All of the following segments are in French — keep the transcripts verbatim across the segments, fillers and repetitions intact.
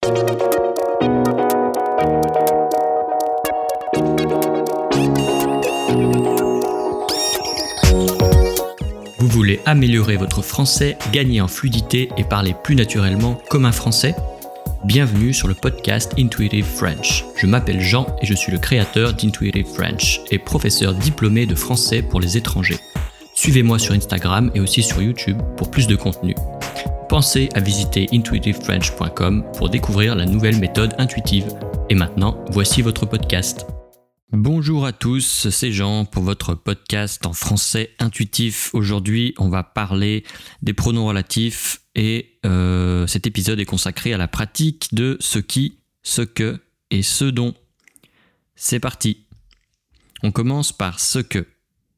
Vous voulez améliorer votre français, gagner en fluidité et parler plus naturellement comme un français ? Bienvenue sur le podcast Intuitive French. Je m'appelle Jean et je suis le créateur d'Intuitive French et professeur diplômé de français pour les étrangers. Suivez-moi sur Instagram et aussi sur YouTube pour plus de contenu. Pensez à visiter intuitive french point com pour découvrir la nouvelle méthode intuitive. Et maintenant, voici votre podcast. Bonjour à tous, c'est Jean pour votre podcast en français intuitif. Aujourd'hui, on va parler des pronoms relatifs et euh, cet épisode est consacré à la pratique de ce qui, ce que et ce dont. C'est parti. On commence par ce que.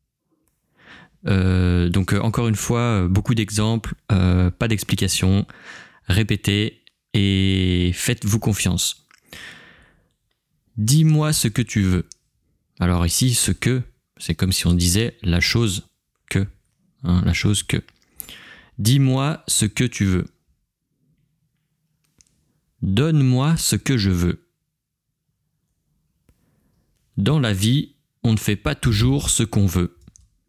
Euh, donc euh, encore une fois, beaucoup d'exemples, euh, pas d'explications, répétez et faites-vous confiance. Dis-moi ce que tu veux. Alors ici, ce que, c'est comme si on disait la chose que, hein, la chose que. Dis-moi ce que tu veux. Donne-moi ce que je veux. Dans la vie, on ne fait pas toujours ce qu'on veut.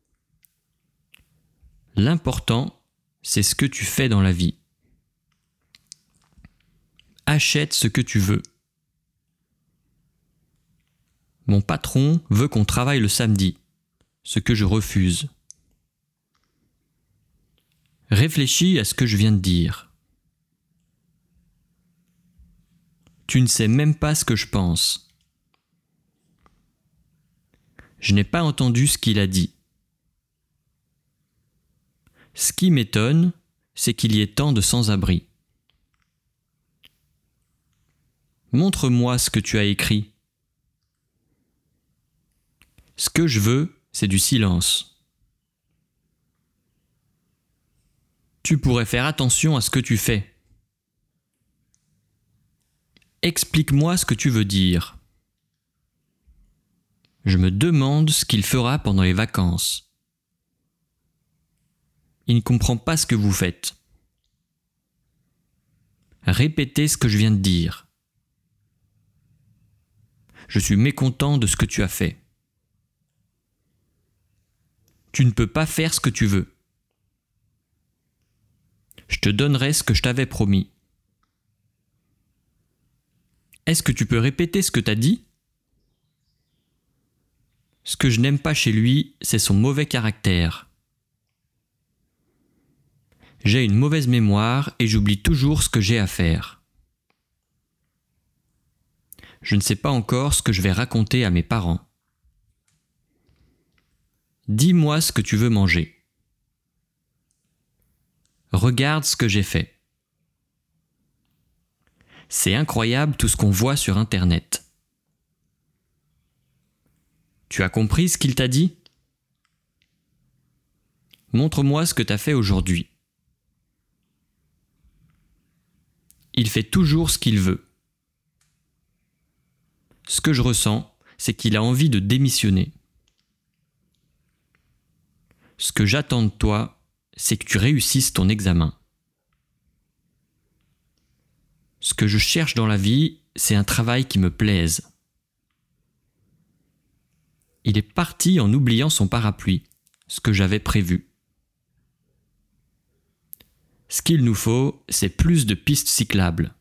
L'important, c'est ce que tu fais dans la vie. Achète ce que tu veux. Mon patron veut qu'on travaille le samedi, ce que je refuse. Réfléchis à ce que je viens de dire. Tu ne sais même pas ce que je pense. Je n'ai pas entendu ce qu'il a dit. Ce qui m'étonne, c'est qu'il y ait tant de sans-abri. Montre-moi ce que tu as écrit. Ce que je veux, c'est du silence. Tu pourrais faire attention à ce que tu fais. Explique-moi ce que tu veux dire. Je me demande ce qu'il fera pendant les vacances. Il ne comprend pas ce que vous faites. Répétez ce que je viens de dire. Je suis mécontent de ce que tu as fait. Tu ne peux pas faire ce que tu veux. Je te donnerai ce que je t'avais promis. Est-ce que tu peux répéter ce que tu as dit ? Ce que je n'aime pas chez lui, c'est son mauvais caractère. J'ai une mauvaise mémoire et j'oublie toujours ce que j'ai à faire. Je ne sais pas encore ce que je vais raconter à mes parents. Dis-moi ce que tu veux manger. Regarde ce que j'ai fait. C'est incroyable tout ce qu'on voit sur Internet. Tu as compris ce qu'il t'a dit ? Montre-moi ce que tu as fait aujourd'hui. Il fait toujours ce qu'il veut. Ce que je ressens, c'est qu'il a envie de démissionner. Ce que j'attends de toi, c'est que tu réussisses ton examen. Ce que je cherche dans la vie, c'est un travail qui me plaise. Il est parti en oubliant son parapluie, ce que j'avais prévu. Ce qu'il nous faut, c'est plus de pistes cyclables.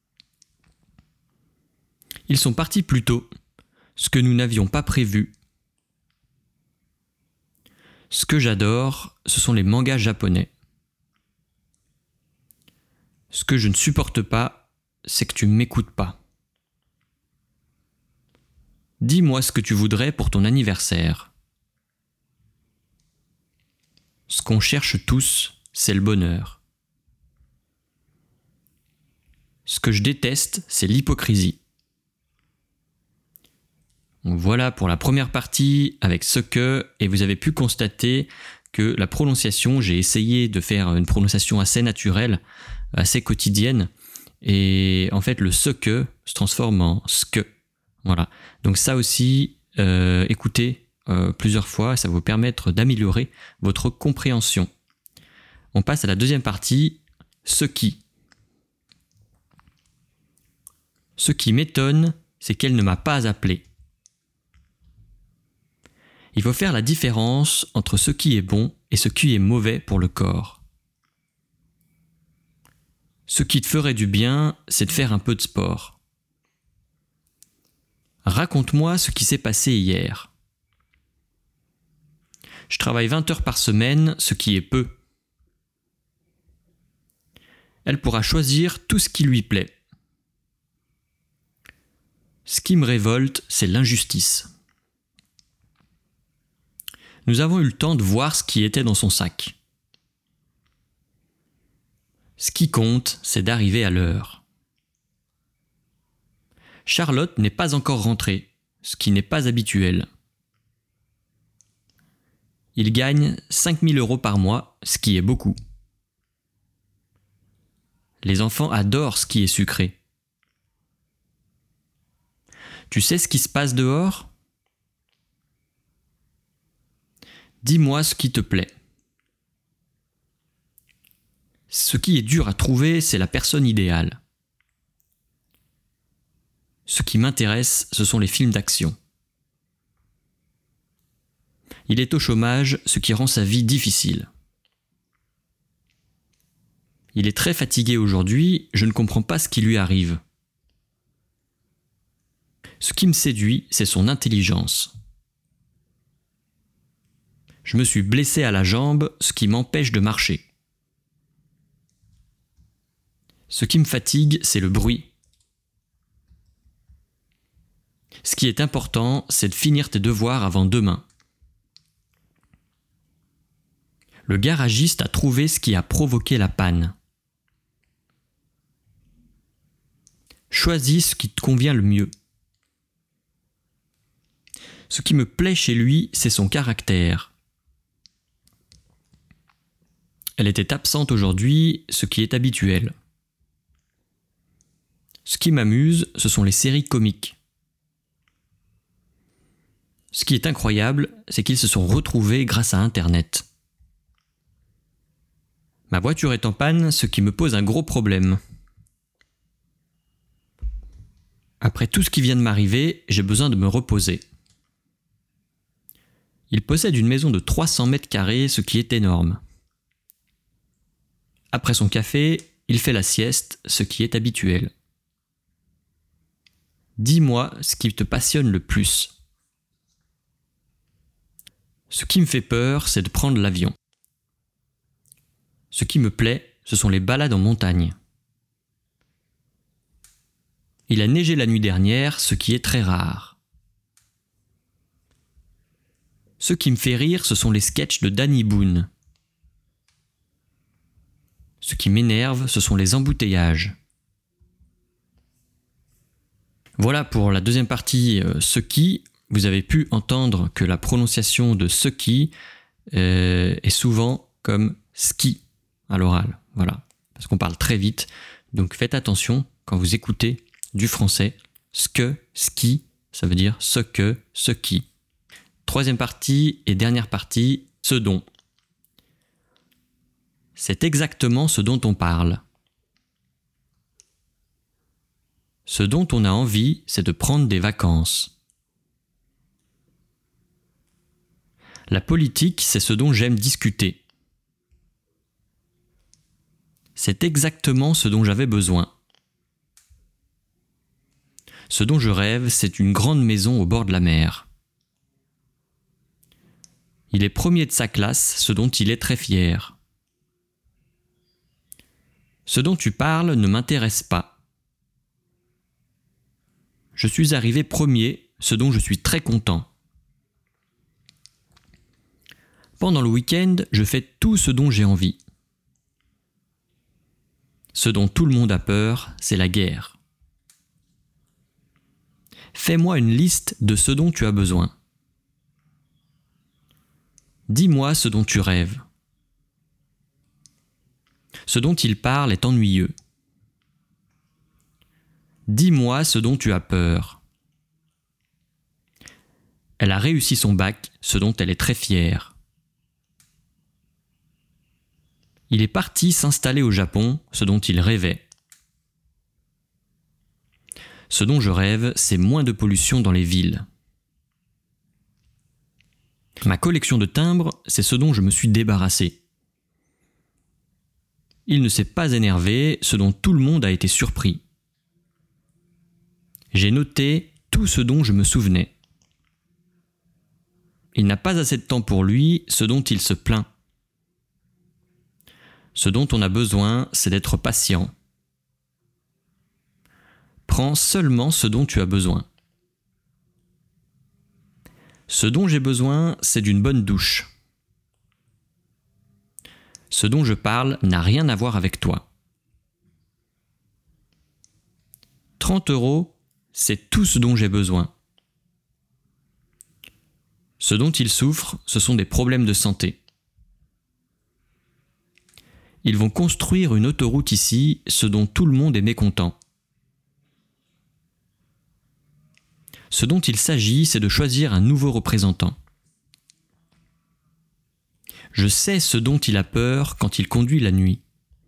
Ils sont partis plus tôt, ce que nous n'avions pas prévu. Ce que j'adore, ce sont les mangas japonais. Ce que je ne supporte pas, c'est que tu ne m'écoutes pas. Dis-moi ce que tu voudrais pour ton anniversaire. Ce qu'on cherche tous, c'est le bonheur. Ce que je déteste, c'est l'hypocrisie. Donc voilà pour la première partie avec ce que, et vous avez pu constater que la prononciation, j'ai essayé de faire une prononciation assez naturelle, assez quotidienne, et en fait le ce que se transforme en ce que. Voilà. Donc ça aussi, euh, écoutez euh, plusieurs fois, ça va vous permettre d'améliorer votre compréhension. On passe à la deuxième partie, ce qui. Ce qui m'étonne, c'est qu'elle ne m'a pas appelé. Il faut faire la différence entre ce qui est bon et ce qui est mauvais pour le corps. Ce qui te ferait du bien, c'est de faire un peu de sport. Raconte-moi ce qui s'est passé hier. Je travaille vingt heures par semaine, ce qui est peu. Elle pourra choisir tout ce qui lui plaît. Ce qui me révolte, c'est l'injustice. Nous avons eu le temps de voir ce qui était dans son sac. Ce qui compte, c'est d'arriver à l'heure. Charlotte n'est pas encore rentrée, ce qui n'est pas habituel. Il gagne cinq mille euros par mois, ce qui est beaucoup. Les enfants adorent ce qui est sucré. Tu sais ce qui se passe dehors ? Dis-moi ce qui te plaît. Ce qui est dur à trouver, c'est la personne idéale. Ce qui m'intéresse, ce sont les films d'action. Il est au chômage, ce qui rend sa vie difficile. Il est très fatigué aujourd'hui, je ne comprends pas ce qui lui arrive. Ce qui me séduit, c'est son intelligence. Je me suis blessé à la jambe, ce qui m'empêche de marcher. Ce qui me fatigue, c'est le bruit. Ce qui est important, c'est de finir tes devoirs avant demain. Le garagiste a trouvé ce qui a provoqué la panne. Choisis ce qui te convient le mieux. Ce qui me plaît chez lui, c'est son caractère. Elle était absente aujourd'hui, ce qui est habituel. Ce qui m'amuse, ce sont les séries comiques. Ce qui est incroyable, c'est qu'ils se sont retrouvés grâce à Internet. Ma voiture est en panne, ce qui me pose un gros problème. Après tout ce qui vient de m'arriver, j'ai besoin de me reposer. Il possède une maison de trois cents mètres carrés, ce qui est énorme. Après son café, il fait la sieste, ce qui est habituel. Dis-moi ce qui te passionne le plus. Ce qui me fait peur, c'est de prendre l'avion. Ce qui me plaît, ce sont les balades en montagne. Il a neigé la nuit dernière, ce qui est très rare. Ce qui me fait rire, ce sont les sketchs de Danny Boone. Ce qui m'énerve, ce sont les embouteillages. Voilà pour la deuxième partie, euh, ce qui. Vous avez pu entendre que la prononciation de ce qui euh, est souvent comme ski à l'oral. Voilà, parce qu'on parle très vite. Donc faites attention quand vous écoutez du français. Ce que, ski, ça veut dire ce que, ce qui. Troisième partie et dernière partie, ce dont. C'est exactement ce dont on parle. Ce dont on a envie, c'est de prendre des vacances. La politique, c'est ce dont j'aime discuter. C'est exactement ce dont j'avais besoin. Ce dont je rêve, c'est une grande maison au bord de la mer. Il est premier de sa classe, ce dont il est très fier. Ce dont tu parles ne m'intéresse pas. Je suis arrivé premier, ce dont je suis très content. Pendant le week-end, je fais tout ce dont j'ai envie. Ce dont tout le monde a peur, c'est la guerre. Fais-moi une liste de ce dont tu as besoin. Dis-moi ce dont tu rêves. Ce dont il parle est ennuyeux. Dis-moi ce dont tu as peur. Elle a réussi son bac, ce dont elle est très fière. Il est parti s'installer au Japon, ce dont il rêvait. Ce dont je rêve, c'est moins de pollution dans les villes. Ma collection de timbres, c'est ce dont je me suis débarrassé. Il ne s'est pas énervé, ce dont tout le monde a été surpris. J'ai noté tout ce dont je me souvenais. Il n'a pas assez de temps pour lui, ce dont il se plaint. Ce dont on a besoin, c'est d'être patient. Prends seulement ce dont tu as besoin. Ce dont j'ai besoin, c'est d'une bonne douche. Ce dont je parle n'a rien à voir avec toi. trente euros, c'est tout ce dont j'ai besoin. Ce dont il souffre, ce sont des problèmes de santé. Ils vont construire une autoroute ici, ce dont tout le monde est mécontent. Ce dont il s'agit, c'est de choisir un nouveau représentant. Je sais ce dont il a peur quand il conduit la nuit.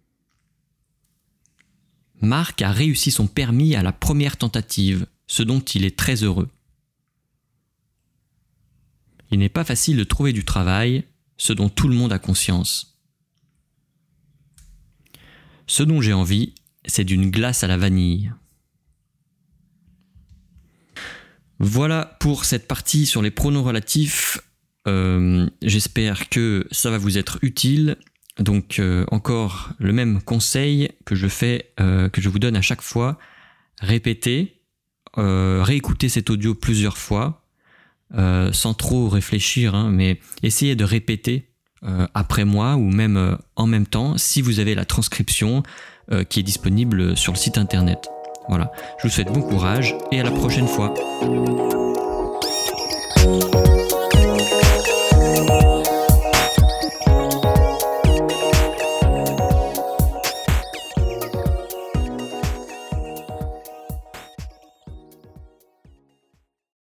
Marc a réussi son permis à la première tentative, ce dont il est très heureux. Il n'est pas facile de trouver du travail, ce dont tout le monde a conscience. Ce dont j'ai envie, c'est d'une glace à la vanille. Voilà pour cette partie sur les pronoms relatifs. Euh, j'espère que ça va vous être utile. Donc euh, encore le même conseil que je fais, euh, que je vous donne à chaque fois. Répétez, euh, réécoutez cet audio plusieurs fois, euh, sans trop réfléchir, hein, mais essayez de répéter euh, après moi ou même euh, en même temps si vous avez la transcription euh, qui est disponible sur le site internet. Voilà, je vous souhaite bon courage et à la prochaine fois.